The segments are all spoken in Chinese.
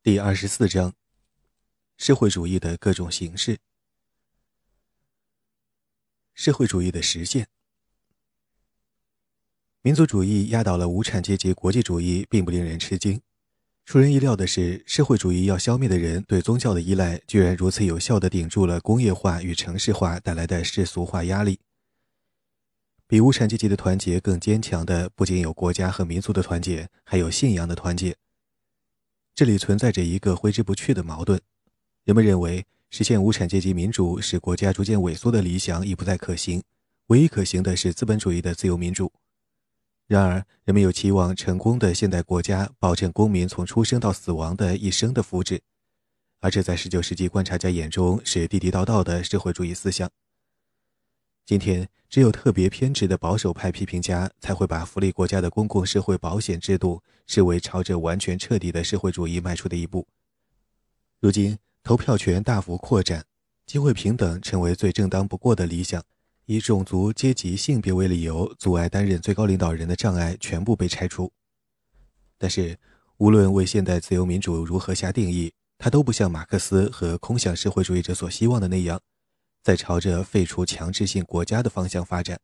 第24章：社会主义的各种形式。社会主义的实现。民族主义压倒了无产阶级国际主义，并不令人吃惊。出人意料的是，社会主义要消灭的人对宗教的依赖，居然如此有效地顶住了工业化与城市化带来的世俗化压力。比无产阶级的团结更坚强的，不仅有国家和民族的团结，还有信仰的团结。这里存在着一个挥之不去的矛盾，人们认为实现无产阶级民主使国家逐渐萎缩的理想已不再可行，唯一可行的是资本主义的自由民主。然而，人们又期望成功的现代国家保证公民从出生到死亡的一生的福祉，而这在19世纪观察家眼中是地地道道的社会主义思想。今天，只有特别偏执的保守派批评家才会把福利国家的公共社会保险制度视为朝着完全彻底的社会主义迈出的一步。如今，投票权大幅扩展，机会平等成为最正当不过的理想，以种族、阶级、性别为理由阻碍担任最高领导人的障碍全部被拆除。但是，无论为现代自由民主如何下定义，它都不像马克思和空想社会主义者所希望的那样，在朝着废除强制性国家的方向发展。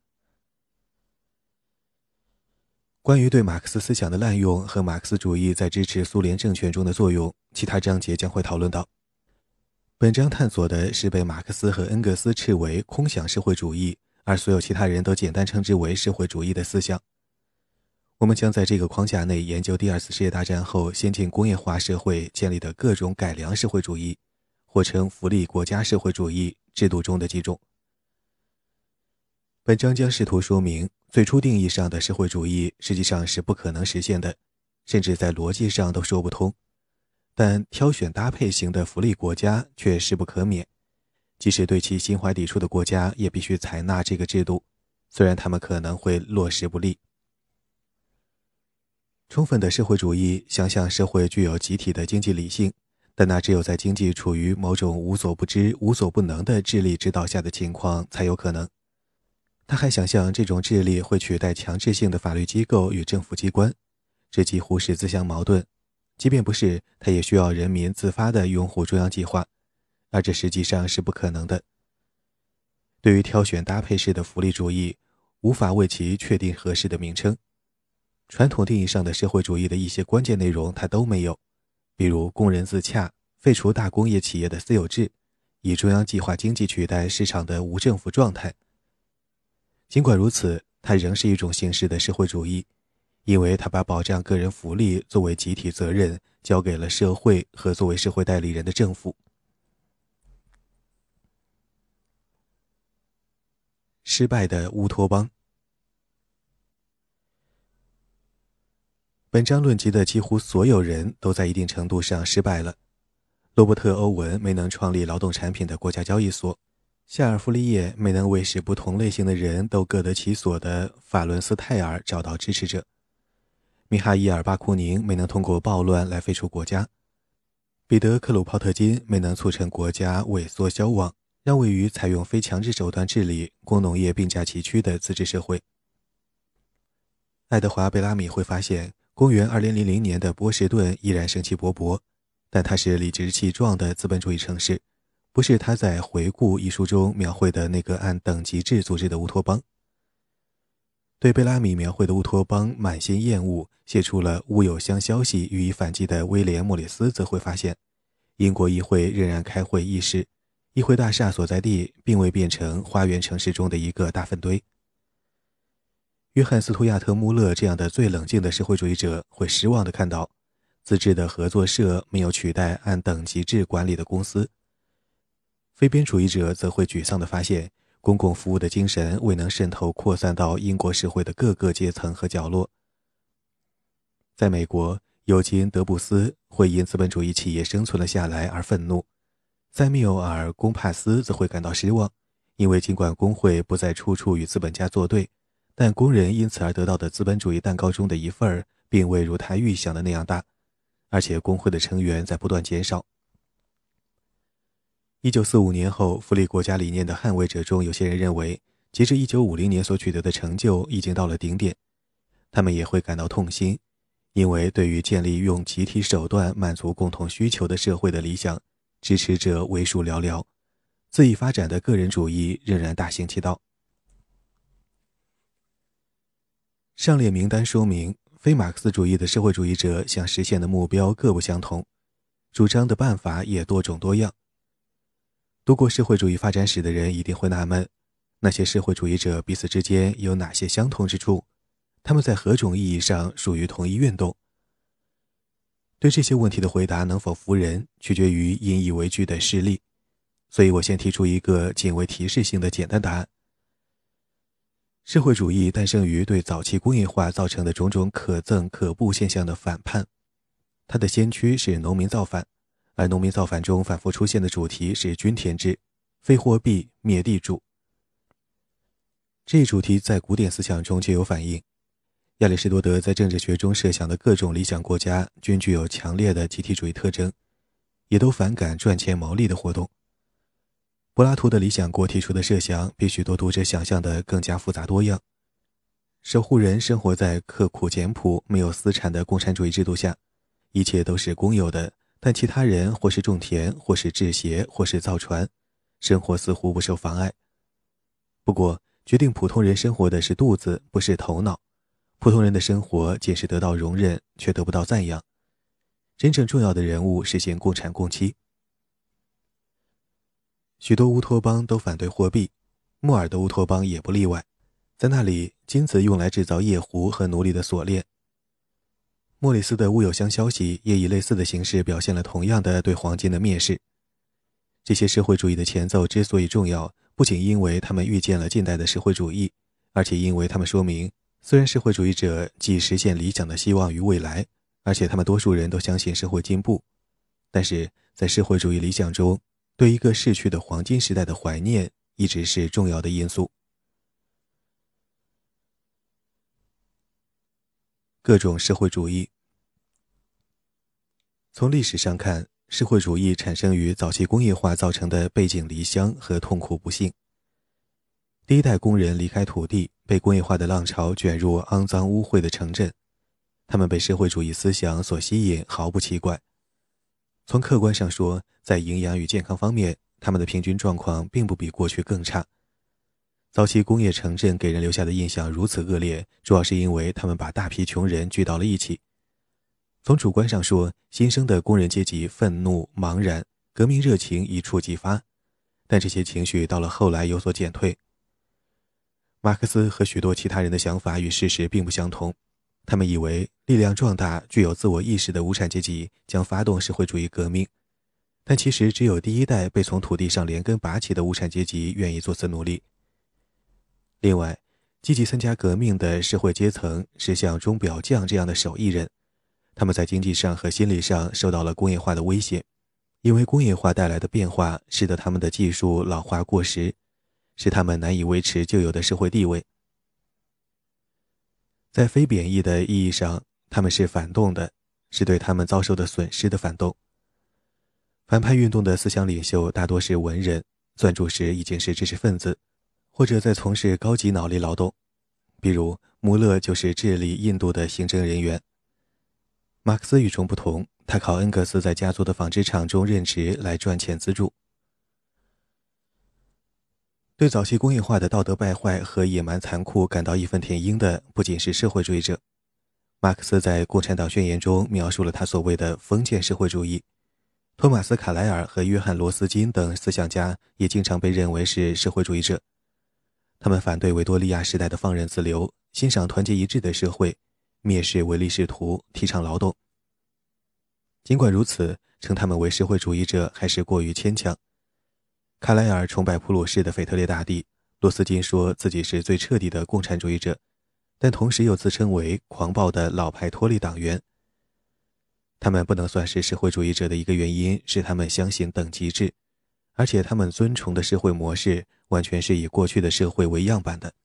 关于对马克思思想的滥用和马克思主义在支持苏联政权中的作用，其他章节将会讨论到。本章探索的是被马克思和恩格斯斥为空想社会主义，而所有其他人都简单称之为社会主义的思想。我们将在这个框架内研究第二次世界大战后先进工业化社会建立的各种改良社会主义，或称福利国家社会主义制度中的几种。本章将试图说明，最初定义上的社会主义实际上是不可能实现的，甚至在逻辑上都说不通。但挑选搭配型的福利国家却势不可免，即使对其心怀抵触的国家也必须采纳这个制度，虽然他们可能会落实不利。充分的社会主义想象社会具有集体的经济理性，但那只有在经济处于某种无所不知、无所不能的智力指导下的情况才有可能。他还想象这种智力会取代强制性的法律机构与政府机关，这几乎是自相矛盾。即便不是，他也需要人民自发地拥护中央计划，而这实际上是不可能的。对于挑选搭配式的福利主义，无法为其确定合适的名称。传统定义上的社会主义的一些关键内容他都没有，比如工人自洽、废除大工业企业的私有制、以中央计划经济取代市场的无政府状态。尽管如此，它仍是一种形式的社会主义，因为它把保障个人福利作为集体责任交给了社会和作为社会代理人的政府。失败的乌托邦。本章论及的几乎所有人都在一定程度上失败了。罗伯特·欧文没能创立劳动产品的国家交易所，夏尔·弗利叶没能为使不同类型的人都各得其所的法伦斯泰尔找到支持者，米哈伊尔·巴库宁没能通过暴乱来废除国家，彼得·克鲁泡特金没能促成国家萎缩消亡，让位于采用非强制手段治理、工农业并驾齐驱的自治社会。爱德华·贝拉米会发现，公元2000年的波士顿依然生气勃勃，但它是理直气壮的资本主义城市，不是他在《回顾》一书中描绘的那个按等级制组织的乌托邦。对贝拉米描绘的乌托邦满心厌恶，写出了乌有乡消息予以反击的威廉·莫里斯则会发现，英国议会仍然开会议事，议会大厦所在地并未变成花园城市中的一个大粪堆。约翰·斯图亚特·穆勒这样的最冷静的社会主义者会失望地看到，自治的合作社没有取代按等级制管理的公司。非边主义者则会沮丧地发现，公共服务的精神未能渗透扩散到英国社会的各个阶层和角落。在美国，尤金·德布斯会因资本主义企业生存了下来而愤怒，塞缪尔·贡帕斯则会感到失望，因为尽管工会不再处处与资本家作对，但工人因此而得到的资本主义蛋糕中的一份并未如他预想的那样大，而且工会的成员在不断减少。1945年后，福利国家理念的捍卫者中有些人认为，截至1950年所取得的成就已经到了顶点。他们也会感到痛心， 因为对于建立用集体手段满足共同需求的社会的理想，支持者为数寥寥，恣意发展的个人主义仍然大行其道。上列名单说明，非马克思主义的社会主义者想实现的目标各不相同，主张的办法也多种多样。读过社会主义发展史的人一定会纳闷，那些社会主义者彼此之间有哪些相同之处？他们在何种意义上属于同一运动？对这些问题的回答能否服人，取决于引以为据的事例。所以我先提出一个仅为提示性的简单答案。社会主义诞生于对早期工业化造成的种种可憎可怖现象的反叛。它的先驱是农民造反，而农民造反中反复出现的主题是均田制、废货币、灭地主。这一主题在古典思想中就有反映。亚里士多德在政治学中设想的各种理想国家均具有强烈的集体主义特征，也都反感赚钱牟利的活动。柏拉图的理想国提出的设想比许多读者想象的更加复杂多样。守护人生活在刻苦简朴、没有私产的共产主义制度下，一切都是公有的，但其他人或是种田，或是制鞋，或是造船，生活似乎不受妨碍。不过，决定普通人生活的是肚子，不是头脑。普通人的生活仅是得到容忍，却得不到赞扬。真正重要的人物实行共产共妻。许多乌托邦都反对货币，莫尔的乌托邦也不例外。在那里，金子用来制造夜壶和奴隶的锁链。莫里斯的乌有乡消息也以类似的形式表现了同样的对黄金的蔑视。这些社会主义的前奏之所以重要，不仅因为他们预见了近代的社会主义，而且因为他们说明，虽然社会主义者寄实现理想的希望于未来，而且他们多数人都相信社会进步，但是在社会主义理想中，对一个逝去的黄金时代的怀念一直是重要的因素。各种社会主义。从历史上看，社会主义产生于早期工业化造成的背井离乡和痛苦不幸。第一代工人离开土地，被工业化的浪潮卷入肮脏污秽的城镇，他们被社会主义思想所吸引，毫不奇怪。从客观上说，在营养与健康方面，他们的平均状况并不比过去更差。早期工业城镇给人留下的印象如此恶劣，主要是因为他们把大批穷人聚到了一起。从主观上说，新生的工人阶级愤怒、茫然，革命热情一触即发，但这些情绪到了后来有所减退。马克思和许多其他人的想法与事实并不相同，他们以为力量壮大、具有自我意识的无产阶级将发动社会主义革命，但其实只有第一代被从土地上连根拔起的无产阶级愿意做此努力。另外，积极参加革命的社会阶层是像钟表匠这样的手艺人，他们在经济上和心理上受到了工业化的威胁，因为工业化带来的变化使得他们的技术老化过时，使他们难以维持旧有的社会地位。在非贬义的意义上，他们是反动的，是对他们遭受的损失的反动。反叛运动的思想领袖大多是文人，撰著时已经是知识分子，或者在从事高级脑力劳动，比如穆勒就是治理印度的行政人员。马克思与众不同，他靠恩格斯在家族的纺织厂中任职来赚钱资助。对早期工业化的道德败坏和野蛮残酷感到义愤填膺的不仅是社会主义者。马克思在《共产党宣言》中描述了他所谓的封建社会主义。托马斯·卡莱尔和约翰·罗斯金等思想家也经常被认为是社会主义者。他们反对维多利亚时代的放任自流，欣赏团结一致的社会，蔑视唯利是图，提倡劳动。尽管如此，称他们为社会主义者还是过于牵强。卡莱尔崇拜普鲁士的腓特烈大帝，罗斯金说自己是最彻底的共产主义者，但同时又自称为狂暴的老派托利党员。他们不能算是社会主义者的一个原因是他们相信等级制，而且他们尊崇的社会模式完全是以过去的社会为样板的。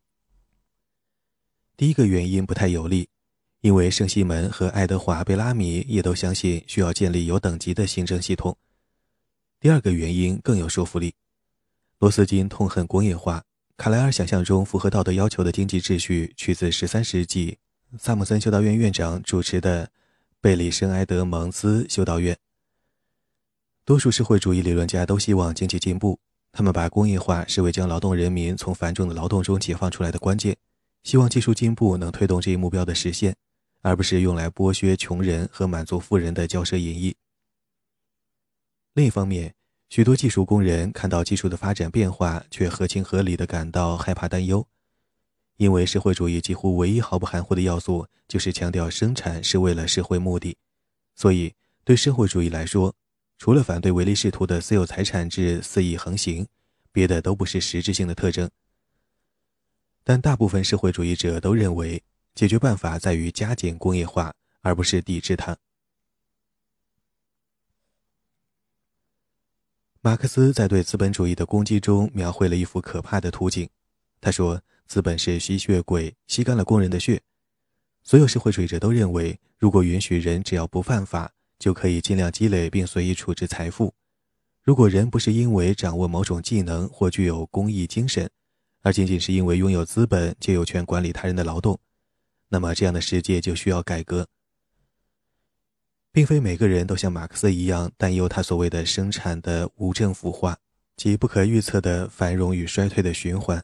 第一个原因不太有力，因为圣西门和爱德华·贝拉米也都相信需要建立有等级的行政系统。第二个原因更有说服力，罗斯金痛恨工业化，卡莱尔想象中符合道德要求的经济秩序取自13世纪萨姆森修道院院长主持的贝里圣埃德蒙斯修道院。多数社会主义理论家都希望经济进步，他们把工业化视为将劳动人民从繁重的劳动中解放出来的关键，希望技术进步能推动这一目标的实现，而不是用来剥削穷人和满足富人的骄奢淫逸。另一方面，许多技术工人看到技术的发展变化，却合情合理地感到害怕担忧，因为社会主义几乎唯一毫不含糊的要素就是强调生产是为了社会目的，所以对社会主义来说，除了反对唯利是图的私有财产制肆意横行，别的都不是实质性的特征。但大部分社会主义者都认为，解决办法在于加减工业化，而不是抵制它。马克思在对资本主义的攻击中描绘了一幅可怕的图景。他说，资本是吸血鬼，吸干了工人的血。所有社会主义者都认为，如果允许人只要不犯法，就可以尽量积累并随意处置财富。如果人不是因为掌握某种技能或具有公益精神，而仅仅是因为拥有资本就有权管理他人的劳动，那么这样的世界就需要改革。并非每个人都像马克思一样担忧他所谓的生产的无政府化，即不可预测的繁荣与衰退的循环。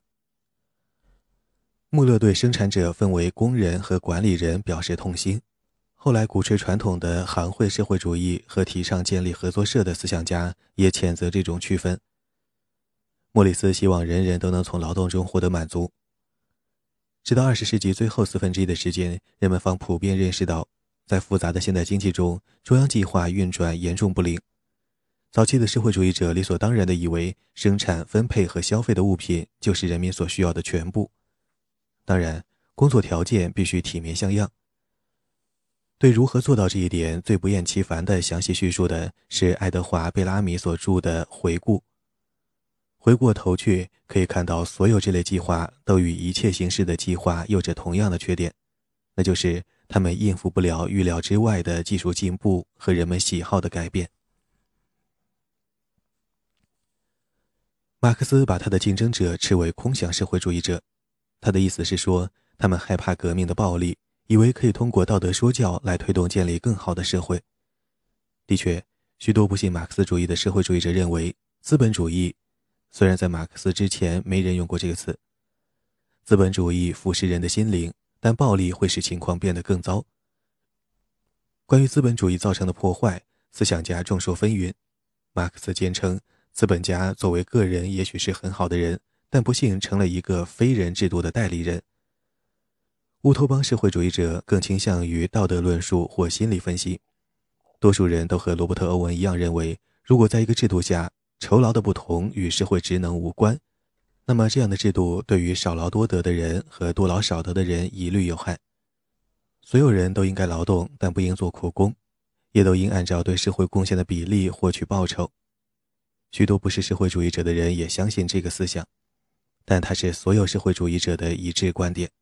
穆勒对生产者分为工人和管理人表示痛心。后来鼓吹传统的行会社会主义和提倡建立合作社的思想家也谴责这种区分。莫里斯希望人人都能从劳动中获得满足。直到20世纪最后1/4的时间，人们方普遍认识到，在复杂的现代经济中，中央计划运转严重不灵。早期的社会主义者理所当然地以为，生产、分配和消费的物品就是人民所需要的全部。当然，工作条件必须体面像样。对如何做到这一点最不厌其烦地详细叙述的是爱德华·贝拉米所著的《回顾》。回过头去，可以看到所有这类计划都与一切形式的计划有着同样的缺点，那就是他们应付不了预料之外的技术进步和人们喜好的改变。马克思把他的竞争者斥为空想社会主义者，他的意思是说，他们害怕革命的暴力，以为可以通过道德说教来推动建立更好的社会。的确，许多不信马克思主义的社会主义者认为，资本主义，虽然在马克思之前没人用过这个词，资本主义腐蚀人的心灵，但暴力会使情况变得更糟。关于资本主义造成的破坏，思想家众说纷纭。马克思坚称，资本家作为个人也许是很好的人，但不幸成了一个非人制度的代理人。乌托邦社会主义者更倾向于道德论述或心理分析。多数人都和罗伯特·欧文一样认为，如果在一个制度下，酬劳的不同与社会职能无关，那么这样的制度对于少劳多得的人和多劳少得的人一律有害。所有人都应该劳动，但不应做苦工，也都应按照对社会贡献的比例获取报酬。许多不是社会主义者的人也相信这个思想，但它是所有社会主义者的一致观点。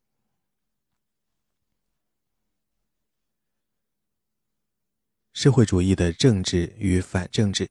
社会主义的政治与反政治。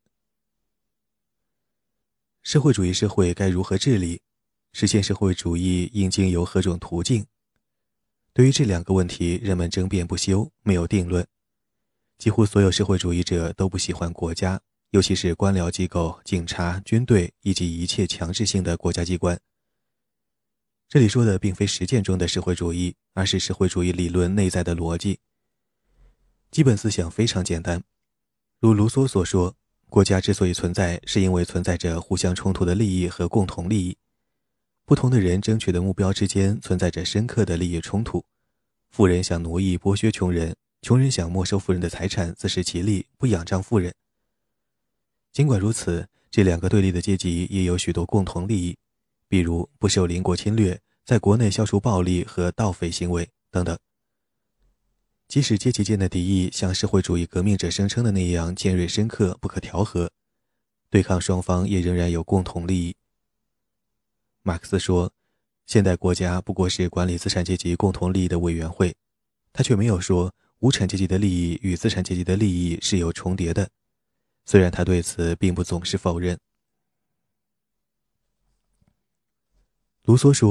社会主义社会该如何治理？实现社会主义应经由何种途径？对于这两个问题，人们争辩不休，没有定论。几乎所有社会主义者都不喜欢国家，尤其是官僚机构、警察、军队以及一切强制性的国家机关。这里说的并非实践中的社会主义，而是社会主义理论内在的逻辑。基本思想非常简单，如卢梭所说，国家之所以存在，是因为存在着互相冲突的利益和共同利益。不同的人争取的目标之间存在着深刻的利益冲突。富人想奴役剥削穷人，穷人想没收富人的财产，自食其力，不仰仗富人。尽管如此，这两个对立的阶级也有许多共同利益，比如不受邻国侵略，在国内消除暴力和盗匪行为等等。即使阶级间的敌意像社会主义革命者声称的那样尖锐深刻、不可调和，对抗双方也仍然有共同利益。马克思说，现代国家不过是管理资产阶级共同利益的委员会，他却没有说无产阶级的利益与资产阶级的利益是有重叠的，虽然他对此并不总是否认。卢梭说，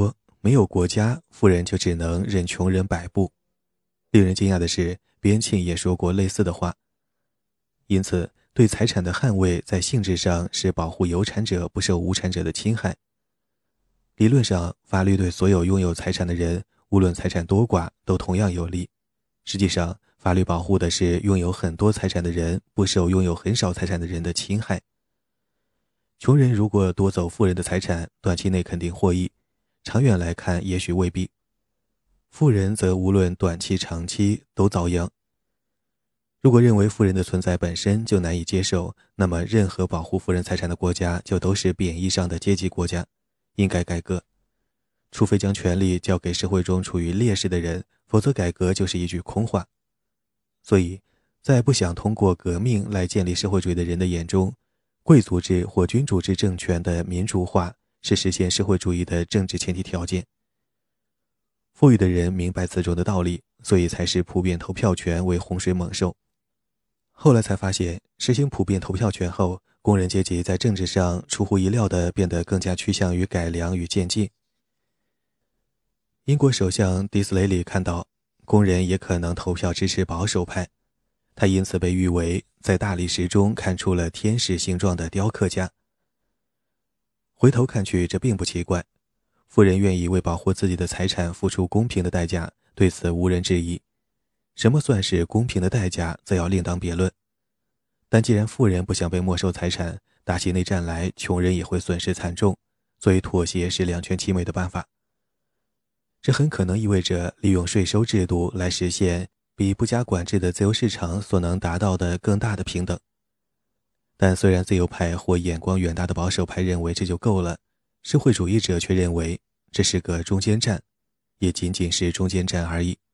没有国家，富人就只能任穷人摆布。令人惊讶的是，边沁也说过类似的话。因此，对财产的捍卫在性质上是保护有产者不受无产者的侵害。理论上，法律对所有拥有财产的人，无论财产多寡，都同样有利。实际上，法律保护的是拥有很多财产的人不受拥有很少财产的人的侵害。穷人如果夺走富人的财产，短期内肯定获益，长远来看也许未必。富人则无论短期长期都遭殃。如果认为富人的存在本身就难以接受，那么任何保护富人财产的国家就都是贬义上的阶级国家，应该改革。除非将权力交给社会中处于劣势的人，否则改革就是一句空话。所以，在不想通过革命来建立社会主义的人的眼中，贵族制或君主制政权的民主化是实现社会主义的政治前提条件。富裕的人明白此中的道理，所以才视普遍投票权为洪水猛兽。后来才发现，实行普遍投票权后，工人阶级在政治上出乎意料地变得更加趋向于改良与渐进。英国首相迪斯雷里看到，工人也可能投票支持保守派，他因此被誉为在大理石中看出了天使形状的雕刻家。回头看去，这并不奇怪，富人愿意为保护自己的财产付出公平的代价，对此无人质疑。什么算是公平的代价，则要另当别论。但既然富人不想被没收财产，打起内战来，穷人也会损失惨重，所以妥协是两全其美的办法。这很可能意味着利用税收制度来实现比不加管制的自由市场所能达到的更大的平等。但虽然自由派或眼光远大的保守派认为这就够了，社会主义者却认为这是个中间站，也仅仅是中间站而已。